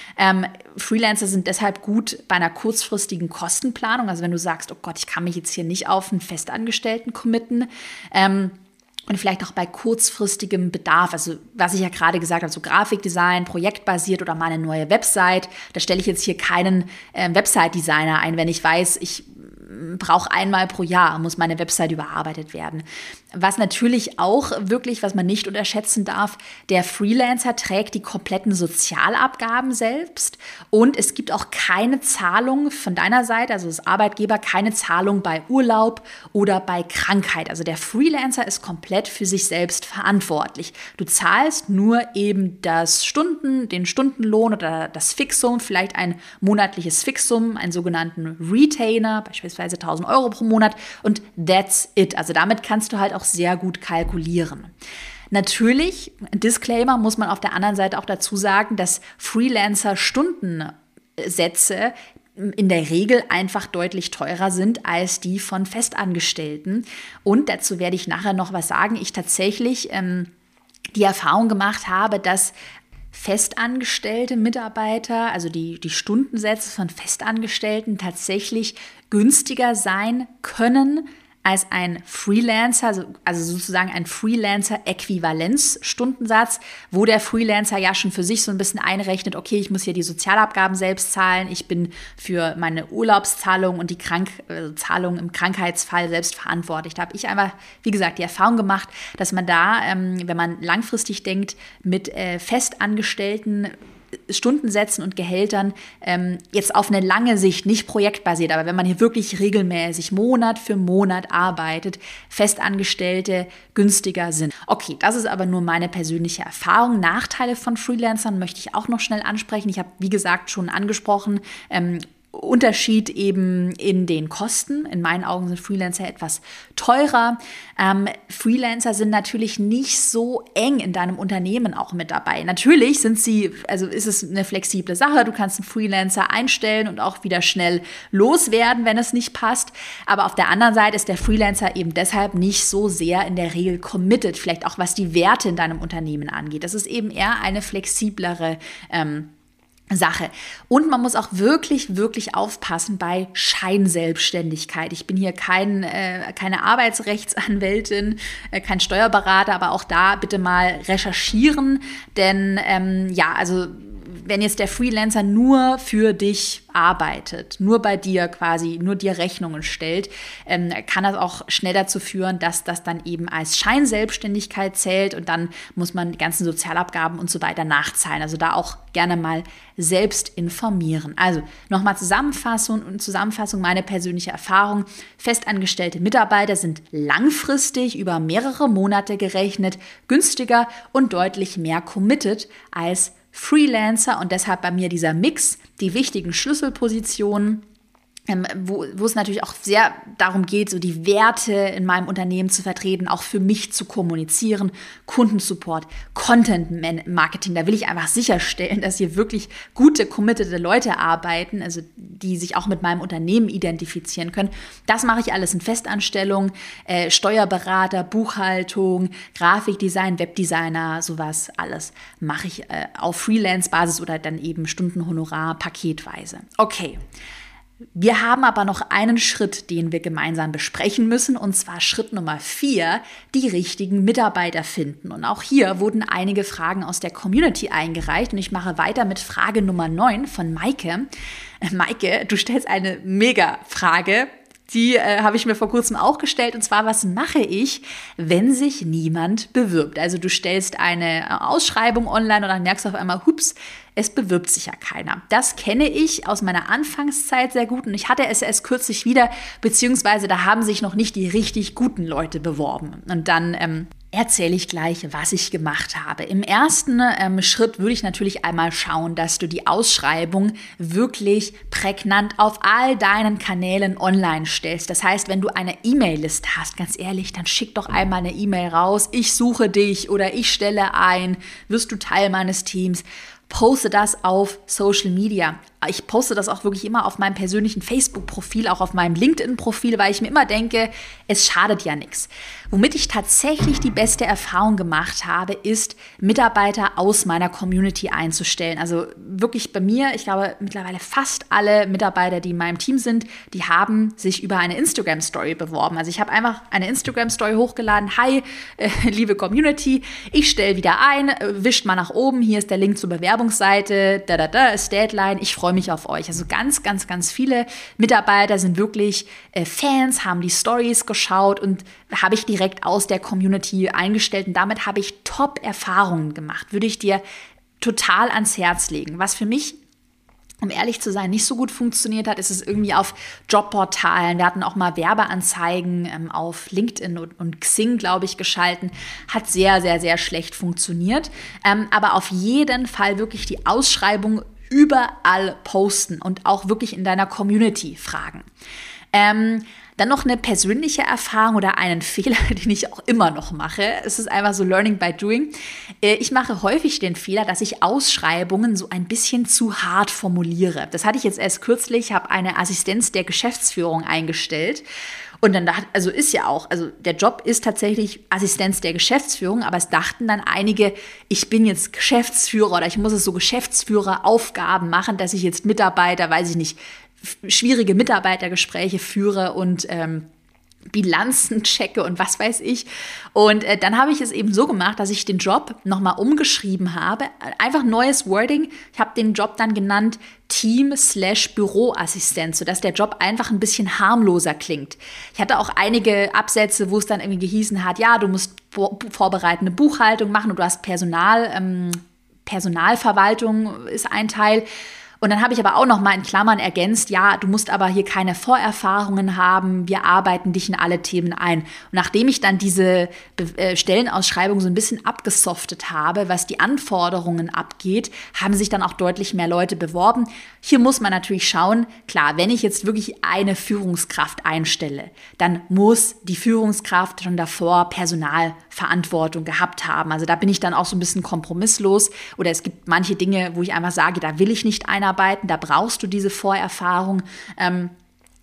Freelancer sind deshalb gut bei einer kurzfristigen Kostenplanung. Also wenn du sagst, oh Gott, ich kann mich jetzt hier nicht auf einen Festangestellten committen, und vielleicht auch bei kurzfristigem Bedarf, also was ich ja gerade gesagt habe, so Grafikdesign, projektbasiert oder mal eine neue Website, da stelle ich jetzt hier keinen Website-Designer ein, wenn ich weiß, ich brauche einmal pro Jahr, muss meine Website überarbeitet werden. Was natürlich auch wirklich, was man nicht unterschätzen darf, der Freelancer trägt die kompletten Sozialabgaben selbst und es gibt auch keine Zahlung von deiner Seite, also das Arbeitgeber, keine Zahlung bei Urlaub oder bei Krankheit. Also der Freelancer ist komplett für sich selbst verantwortlich. Du zahlst nur eben den Stundenlohn oder das Fixum, vielleicht ein monatliches Fixum, einen sogenannten Retainer, beispielsweise 1.000 Euro pro Monat und that's it. Also damit kannst du halt auch sehr gut kalkulieren. Natürlich, Disclaimer, muss man auf der anderen Seite auch dazu sagen, dass Freelancer-Stundensätze in der Regel einfach deutlich teurer sind als die von Festangestellten. Und dazu werde ich nachher noch was sagen. Ich tatsächlich die Erfahrung gemacht habe, dass festangestellte Mitarbeiter, also die Stundensätze von Festangestellten tatsächlich günstiger sein können als ein Freelancer, also sozusagen ein Freelancer-Äquivalenz-Stundensatz, wo der Freelancer ja schon für sich so ein bisschen einrechnet, okay, ich muss hier die Sozialabgaben selbst zahlen, ich bin für meine Urlaubszahlung und die Zahlung im Krankheitsfall selbst verantwortlich. Da habe ich einfach, wie gesagt, die Erfahrung gemacht, dass man da, wenn man langfristig denkt, mit festangestellten Stundensätzen und Gehältern jetzt auf eine lange Sicht, nicht projektbasiert, aber wenn man hier wirklich regelmäßig Monat für Monat arbeitet, Festangestellte günstiger sind. Okay, das ist aber nur meine persönliche Erfahrung. Nachteile von Freelancern möchte ich auch noch schnell ansprechen. Ich habe, wie gesagt, schon angesprochen, Unterschied eben in den Kosten. In meinen Augen sind Freelancer etwas teurer. Freelancer sind natürlich nicht so eng in deinem Unternehmen auch mit dabei. Natürlich ist es eine flexible Sache. Du kannst einen Freelancer einstellen und auch wieder schnell loswerden, wenn es nicht passt. Aber auf der anderen Seite ist der Freelancer eben deshalb nicht so sehr in der Regel committed, vielleicht auch was die Werte in deinem Unternehmen angeht. Das ist eben eher eine flexiblere Sache. Und man muss auch wirklich, wirklich aufpassen bei Scheinselbstständigkeit. Ich bin hier keine Arbeitsrechtsanwältin, kein Steuerberater, aber auch da bitte mal recherchieren, denn also wenn jetzt der Freelancer nur für dich arbeitet, nur bei dir quasi, nur dir Rechnungen stellt, kann das auch schnell dazu führen, dass das dann eben als Scheinselbstständigkeit zählt und dann muss man die ganzen Sozialabgaben und so weiter nachzahlen. Also da auch gerne mal selbst informieren. Also nochmal Zusammenfassung, meine persönliche Erfahrung. Festangestellte Mitarbeiter sind langfristig über mehrere Monate gerechnet günstiger und deutlich mehr committed als Freelancer und deshalb bei mir dieser Mix, die wichtigen Schlüsselpositionen, wo es natürlich auch sehr darum geht, so die Werte in meinem Unternehmen zu vertreten, auch für mich zu kommunizieren, Kundensupport, Content-Marketing, da will ich einfach sicherstellen, dass hier wirklich gute, committede Leute arbeiten, also die sich auch mit meinem Unternehmen identifizieren können. Das mache ich alles in Festanstellung, Steuerberater, Buchhaltung, Grafikdesign, Webdesigner, sowas, alles mache ich auf Freelance-Basis oder dann eben Stundenhonorar, paketweise. Okay. Wir haben aber noch einen Schritt, den wir gemeinsam besprechen müssen, und zwar Schritt Nummer 4, die richtigen Mitarbeiter finden. Und auch hier wurden einige Fragen aus der Community eingereicht und ich mache weiter mit Frage Nummer 9 von Maike. Maike, du stellst eine Mega-Frage. Die habe ich mir vor kurzem auch gestellt, und zwar, was mache ich, wenn sich niemand bewirbt? Also du stellst eine Ausschreibung online und dann merkst du auf einmal, hups, es bewirbt sich ja keiner. Das kenne ich aus meiner Anfangszeit sehr gut und ich hatte es erst kürzlich wieder, beziehungsweise da haben sich noch nicht die richtig guten Leute beworben. Und dann erzähle ich gleich, was ich gemacht habe. Im ersten Schritt würde ich natürlich einmal schauen, dass du die Ausschreibung wirklich prägnant auf all deinen Kanälen online stellst. Das heißt, wenn du eine E-Mail-Liste hast, ganz ehrlich, dann schick doch einmal eine E-Mail raus. Ich suche dich oder ich stelle ein, wirst du Teil meines Teams. Poste das auf Social Media. Ich poste das auch wirklich immer auf meinem persönlichen Facebook-Profil, auch auf meinem LinkedIn-Profil, weil ich mir immer denke, es schadet ja nichts. Womit ich tatsächlich die beste Erfahrung gemacht habe, ist, Mitarbeiter aus meiner Community einzustellen. Also wirklich bei mir, ich glaube mittlerweile fast alle Mitarbeiter, die in meinem Team sind, die haben sich über eine Instagram-Story beworben. Also ich habe einfach eine Instagram-Story hochgeladen. Hi, liebe Community, ich stelle wieder ein, wischt mal nach oben, hier ist der Link zur Bewerbungsseite, ist Deadline, ich freue mich auf euch. Also ganz, ganz, ganz viele Mitarbeiter sind wirklich Fans, haben die Stories geschaut und habe ich direkt aus der Community eingestellt und damit habe ich Top-Erfahrungen gemacht. Würde ich dir total ans Herz legen. Was für mich, um ehrlich zu sein, nicht so gut funktioniert hat, ist es irgendwie auf Jobportalen. Wir hatten auch mal Werbeanzeigen auf LinkedIn und Xing, glaube ich, geschalten. Hat sehr, sehr, sehr schlecht funktioniert. Aber auf jeden Fall wirklich die Ausschreibung überall posten und auch wirklich in deiner Community fragen. Dann noch eine persönliche Erfahrung oder einen Fehler, den ich auch immer noch mache. Es ist einfach so Learning by Doing. Ich mache häufig den Fehler, dass ich Ausschreibungen so ein bisschen zu hart formuliere. Das hatte ich jetzt erst kürzlich, habe eine Assistenz der Geschäftsführung eingestellt. Und dann der Job ist tatsächlich Assistenz der Geschäftsführung, aber es dachten dann einige, ich bin jetzt Geschäftsführer oder ich muss es so Geschäftsführeraufgaben machen, dass ich jetzt Mitarbeiter, weiß ich nicht, schwierige Mitarbeitergespräche führe und Bilanzen checke und was weiß ich. Und dann habe ich es eben so gemacht, dass ich den Job nochmal umgeschrieben habe. Einfach neues Wording. Ich habe den Job dann genannt Team/Büroassistent, sodass der Job einfach ein bisschen harmloser klingt. Ich hatte auch einige Absätze, wo es dann irgendwie gehießen hat, ja, du musst vorbereitende Buchhaltung machen und du hast Personalverwaltung ist ein Teil. Und dann habe ich aber auch noch mal in Klammern ergänzt, ja, du musst aber hier keine Vorerfahrungen haben, wir arbeiten dich in alle Themen ein. Und nachdem ich dann diese Stellenausschreibung so ein bisschen abgesoftet habe, was die Anforderungen abgeht, haben sich dann auch deutlich mehr Leute beworben. Hier muss man natürlich schauen, klar, wenn ich jetzt wirklich eine Führungskraft einstelle, dann muss die Führungskraft schon davor Personalverantwortung gehabt haben. Also da bin ich dann auch so ein bisschen kompromisslos. Oder es gibt manche Dinge, wo ich einfach sage, da will ich nicht einarbeiten, da brauchst du diese Vorerfahrung.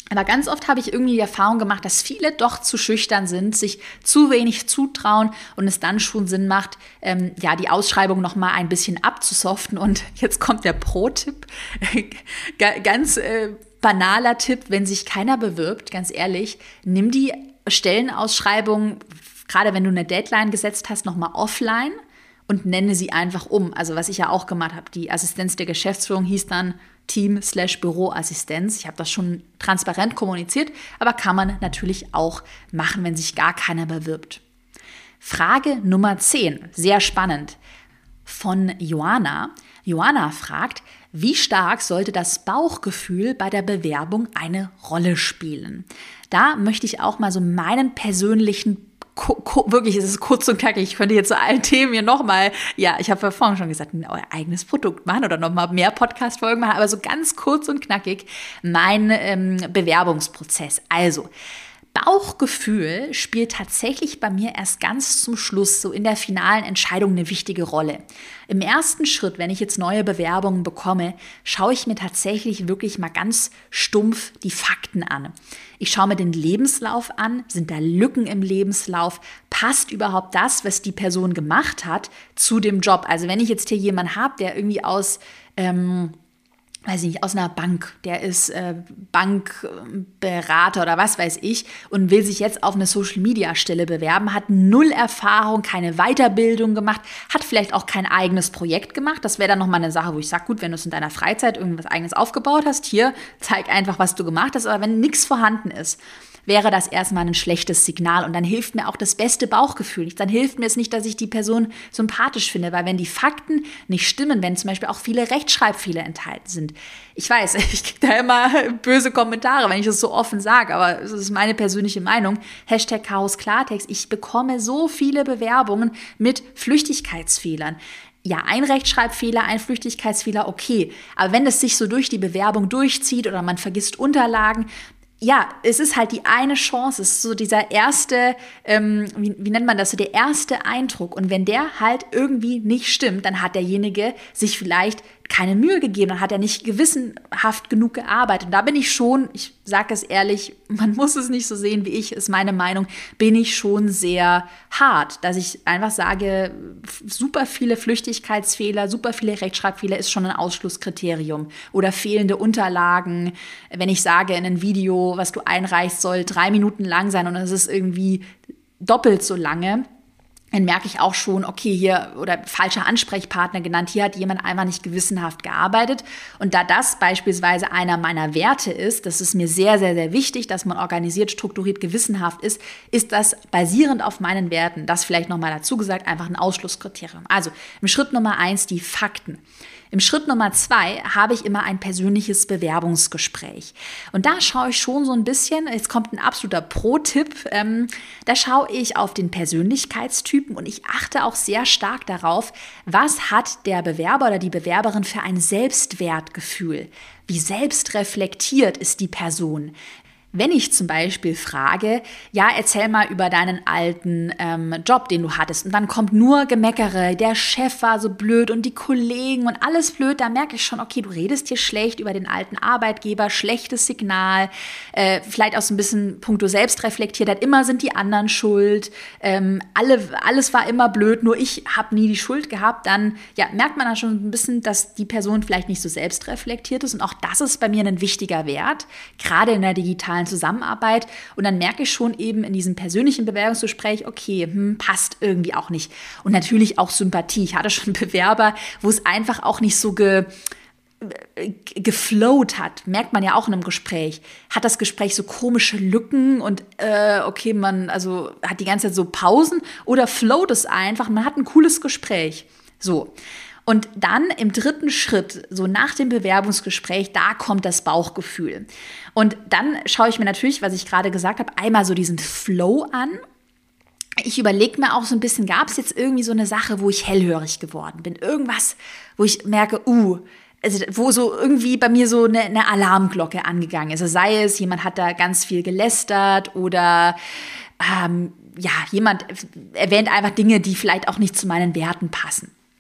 Aber ganz oft habe ich irgendwie die Erfahrung gemacht, dass viele doch zu schüchtern sind, sich zu wenig zutrauen und es dann schon Sinn macht, die Ausschreibung noch mal ein bisschen abzusoften. Und jetzt kommt der Pro-Tipp, ganz banaler Tipp, wenn sich keiner bewirbt, ganz ehrlich, nimm die Stellenausschreibung, gerade wenn du eine Deadline gesetzt hast, noch mal offline und nenne sie einfach um. Also was ich ja auch gemacht habe, die Assistenz der Geschäftsführung hieß dann Team/Büroassistenz. Ich habe das schon transparent kommuniziert, aber kann man natürlich auch machen, wenn sich gar keiner bewirbt. Frage Nummer 10, sehr spannend, von Joanna. Joanna fragt, wie stark sollte das Bauchgefühl bei der Bewerbung eine Rolle spielen? Da möchte ich auch mal so meinen persönlichen wirklich, es ist kurz und knackig. Ich könnte jetzt zu allen Themen hier nochmal, ich habe ja vorhin schon gesagt, euer eigenes Produkt machen oder nochmal mehr Podcast-Folgen machen, aber so ganz kurz und knackig mein Bewerbungsprozess. Also, Bauchgefühl spielt tatsächlich bei mir erst ganz zum Schluss, so in der finalen Entscheidung, eine wichtige Rolle. Im ersten Schritt, wenn ich jetzt neue Bewerbungen bekomme, schaue ich mir tatsächlich wirklich mal ganz stumpf die Fakten an. Ich schaue mir den Lebenslauf an, sind da Lücken im Lebenslauf, passt überhaupt das, was die Person gemacht hat, zu dem Job? Also wenn ich jetzt hier jemanden habe, der irgendwie aus einer Bank, der ist Bankberater oder was weiß ich und will sich jetzt auf eine Social-Media-Stelle bewerben, hat null Erfahrung, keine Weiterbildung gemacht, hat vielleicht auch kein eigenes Projekt gemacht. Das wäre dann nochmal eine Sache, wo ich sage, gut, wenn du es in deiner Freizeit irgendwas Eigenes aufgebaut hast, hier, zeig einfach, was du gemacht hast. Aber wenn nichts vorhanden ist, wäre das erstmal ein schlechtes Signal. Und dann hilft mir auch das beste Bauchgefühl nicht. Dann hilft mir es nicht, dass ich die Person sympathisch finde, weil wenn die Fakten nicht stimmen, wenn zum Beispiel auch viele Rechtschreibfehler enthalten sind. Ich weiß, ich kriege da immer böse Kommentare, wenn ich das so offen sage, aber es ist meine persönliche Meinung. #Chaos Klartext. Ich bekomme so viele Bewerbungen mit Flüchtigkeitsfehlern. Ja, ein Rechtschreibfehler, ein Flüchtigkeitsfehler, okay. Aber wenn es sich so durch die Bewerbung durchzieht oder man vergisst Unterlagen, ja, es ist halt die eine Chance, es ist so dieser erste, wie nennt man das, so der erste Eindruck. Und wenn der halt irgendwie nicht stimmt, dann hat derjenige sich vielleicht keine Mühe gegeben, dann hat er nicht gewissenhaft genug gearbeitet. Und da bin ich schon, ich sage es ehrlich, man muss es nicht so sehen wie ich, ist meine Meinung, bin ich schon sehr hart, dass ich einfach sage, super viele Flüchtigkeitsfehler, super viele Rechtschreibfehler ist schon ein Ausschlusskriterium. Oder fehlende Unterlagen, wenn ich sage, in einem Video, was du einreichst, soll 3 Minuten lang sein und es ist irgendwie doppelt so lange, dann merke ich auch schon, okay, hier, oder falscher Ansprechpartner genannt, hier hat jemand einfach nicht gewissenhaft gearbeitet. Und da das beispielsweise einer meiner Werte ist, das ist mir sehr, sehr, sehr wichtig, dass man organisiert, strukturiert, gewissenhaft ist das basierend auf meinen Werten, das vielleicht nochmal dazu gesagt, einfach ein Ausschlusskriterium. Also im Schritt Nummer 1 die Fakten. Im Schritt Nummer 2 habe ich immer ein persönliches Bewerbungsgespräch. Und da schaue ich schon so ein bisschen, jetzt kommt ein absoluter Pro-Tipp, da schaue ich auf den Persönlichkeitstypen und ich achte auch sehr stark darauf, was hat der Bewerber oder die Bewerberin für ein Selbstwertgefühl? Wie selbstreflektiert ist die Person? Wenn ich zum Beispiel frage, ja, erzähl mal über deinen alten Job, den du hattest, und dann kommt nur Gemeckere, der Chef war so blöd und die Kollegen und alles blöd, da merke ich schon, okay, du redest hier schlecht über den alten Arbeitgeber, schlechtes Signal, vielleicht auch so ein bisschen puncto Selbstreflektiertheit, immer sind die anderen schuld, alles war immer blöd, nur ich habe nie die Schuld gehabt, dann merkt man da schon ein bisschen, dass die Person vielleicht nicht so selbstreflektiert ist und auch das ist bei mir ein wichtiger Wert, gerade in der digitalen Zusammenarbeit und dann merke ich schon eben in diesem persönlichen Bewerbungsgespräch, okay, passt irgendwie auch nicht. Und natürlich auch Sympathie. Ich hatte schon Bewerber, wo es einfach auch nicht so geflowt hat, merkt man ja auch in einem Gespräch. Hat das Gespräch so komische Lücken und okay, man also hat die ganze Zeit so Pausen oder flowt es einfach, man hat ein cooles Gespräch. So. Und dann im dritten Schritt, so nach dem Bewerbungsgespräch, da kommt das Bauchgefühl. Und dann schaue ich mir natürlich, was ich gerade gesagt habe, einmal so diesen Flow an. Ich überlege mir auch so ein bisschen, gab es jetzt irgendwie so eine Sache, wo ich hellhörig geworden bin? Irgendwas, wo ich merke, also wo so irgendwie bei mir so eine Alarmglocke angegangen ist. Also sei es, jemand hat da ganz viel gelästert oder jemand erwähnt einfach Dinge, die vielleicht auch nicht zu meinen Werten passen.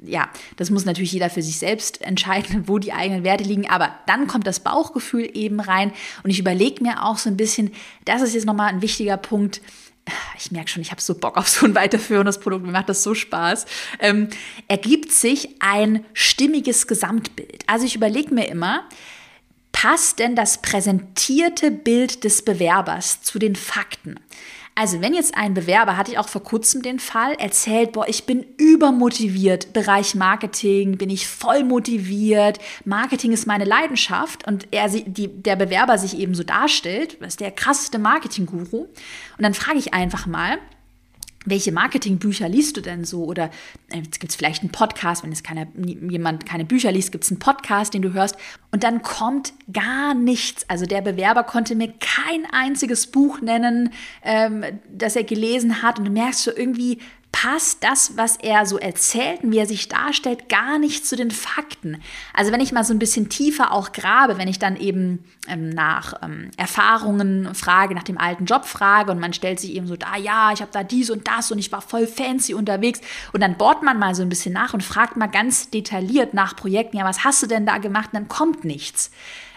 ja, das muss natürlich jeder für sich selbst entscheiden, wo die eigenen Werte liegen. Aber dann kommt das Bauchgefühl eben rein. Und ich überlege mir auch so ein bisschen, das ist jetzt nochmal ein wichtiger Punkt. Ich merke schon, ich habe so Bock auf so ein weiterführendes Produkt. Mir macht das so Spaß. Ergibt sich ein stimmiges Gesamtbild. Also ich überlege mir immer, passt denn das präsentierte Bild des Bewerbers zu den Fakten? Also wenn jetzt ein Bewerber, hatte ich auch vor kurzem den Fall, erzählt, boah, ich bin übermotiviert, Bereich Marketing, bin ich voll motiviert, Marketing ist meine Leidenschaft und der Bewerber sich eben so darstellt, das ist der krasseste Marketing-Guru. Und dann frage ich einfach mal, welche Marketingbücher liest du denn so? Oder gibt es vielleicht einen Podcast, wenn jemand keine Bücher liest, gibt es einen Podcast, den du hörst. Und dann kommt gar nichts. Also der Bewerber konnte mir kein einziges Buch nennen, das er gelesen hat. Und du merkst so, irgendwie passt das, was er so erzählt und wie er sich darstellt, gar nicht zu den Fakten. Also wenn ich mal so ein bisschen tiefer auch grabe, wenn ich dann eben nach Erfahrungen frage, nach dem alten Job frage und man stellt sich eben so da, ja, ich habe da dies und das und ich war voll fancy unterwegs und dann bohrt man mal so ein bisschen nach und fragt mal ganz detailliert nach Projekten, ja, was hast du denn da gemacht? Und dann kommt nichts.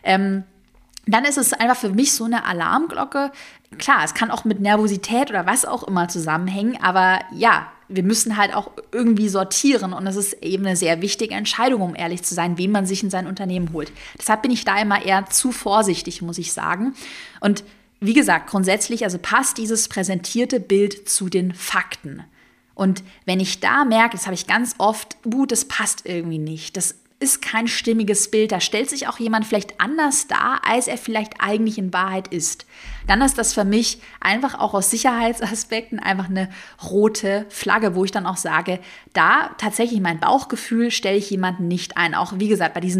Dann ist es einfach für mich so eine Alarmglocke. Klar, es kann auch mit Nervosität oder was auch immer zusammenhängen, aber ja, wir müssen halt auch irgendwie sortieren und es ist eben eine sehr wichtige Entscheidung, um ehrlich zu sein, wen man sich in sein Unternehmen holt. Deshalb bin ich da immer eher zu vorsichtig, muss ich sagen. Und wie gesagt, grundsätzlich, also passt dieses präsentierte Bild zu den Fakten. Und wenn ich da merke, das habe ich ganz oft, das passt irgendwie nicht, das ist kein stimmiges Bild, da stellt sich auch jemand vielleicht anders dar, als er vielleicht eigentlich in Wahrheit ist. Dann ist das für mich einfach auch aus Sicherheitsaspekten einfach eine rote Flagge, wo ich dann auch sage, da tatsächlich mein Bauchgefühl stelle ich jemanden nicht ein. Auch wie gesagt, bei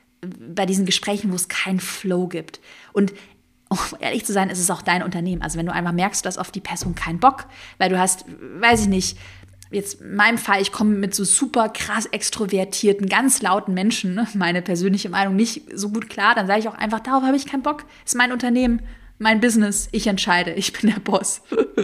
diesen Gesprächen, wo es keinen Flow gibt. Und um ehrlich zu sein, ist es auch dein Unternehmen. Also wenn du einfach merkst, du hast auf die Person keinen Bock, weil du hast, weiß ich nicht, jetzt in meinem Fall, ich komme mit so super krass extrovertierten, ganz lauten Menschen, meine persönliche Meinung, nicht so gut klar, dann sage ich auch einfach, darauf habe ich keinen Bock. Das ist mein Unternehmen, mein Business, ich entscheide, ich bin der Boss.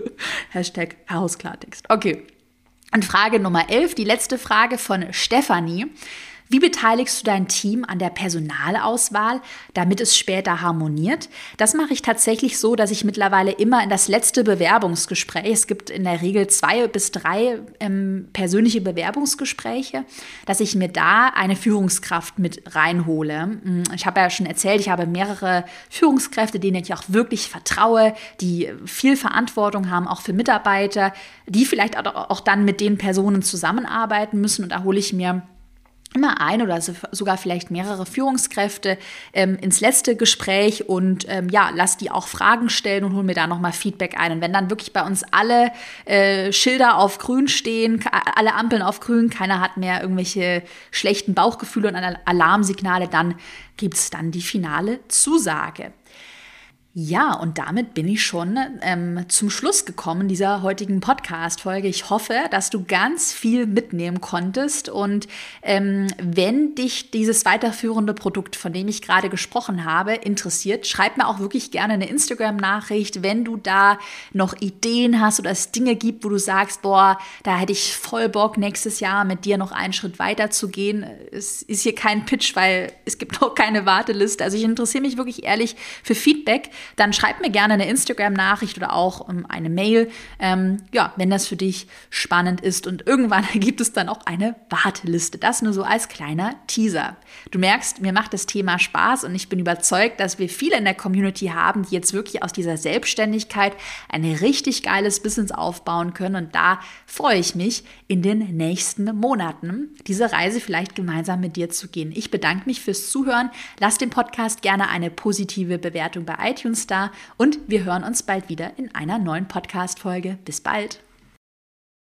Hashtag Hausklartext. Okay. Und Frage Nummer 11, die letzte Frage von Stefanie. Wie beteiligst du dein Team an der Personalauswahl, damit es später harmoniert? Das mache ich tatsächlich so, dass ich mittlerweile immer in das letzte Bewerbungsgespräch, es gibt in der Regel 2 bis 3 persönliche Bewerbungsgespräche, dass ich mir da eine Führungskraft mit reinhole. Ich habe ja schon erzählt, ich habe mehrere Führungskräfte, denen ich auch wirklich vertraue, die viel Verantwortung haben, auch für Mitarbeiter, die vielleicht auch dann mit den Personen zusammenarbeiten müssen. Und da hole ich mir immer ein oder sogar vielleicht mehrere Führungskräfte ins letzte Gespräch und lass die auch Fragen stellen und hol mir da nochmal Feedback ein. Und wenn dann wirklich bei uns alle Schilder auf grün stehen, alle Ampeln auf grün, keiner hat mehr irgendwelche schlechten Bauchgefühle und Alarmsignale, dann gibt es dann die finale Zusage. Ja, und damit bin ich schon zum Schluss gekommen dieser heutigen Podcast-Folge. Ich hoffe, dass du ganz viel mitnehmen konntest und wenn dich dieses weiterführende Produkt, von dem ich gerade gesprochen habe, interessiert, schreib mir auch wirklich gerne eine Instagram-Nachricht, wenn du da noch Ideen hast oder es Dinge gibt, wo du sagst, boah, da hätte ich voll Bock, nächstes Jahr mit dir noch einen Schritt weiter zu gehen. Es ist hier kein Pitch, weil es gibt noch keine Warteliste. Also ich interessiere mich wirklich ehrlich für Feedback. Dann schreib mir gerne eine Instagram-Nachricht oder auch eine Mail, wenn das für dich spannend ist. Und irgendwann gibt es dann auch eine Warteliste. Das nur so als kleiner Teaser. Du merkst, mir macht das Thema Spaß und ich bin überzeugt, dass wir viele in der Community haben, die jetzt wirklich aus dieser Selbstständigkeit ein richtig geiles Business aufbauen können. Und da freue ich mich, in den nächsten Monaten diese Reise vielleicht gemeinsam mit dir zu gehen. Ich bedanke mich fürs Zuhören. Lass dem Podcast gerne eine positive Bewertung bei iTunes da und wir hören uns bald wieder in einer neuen Podcast-Folge. Bis bald!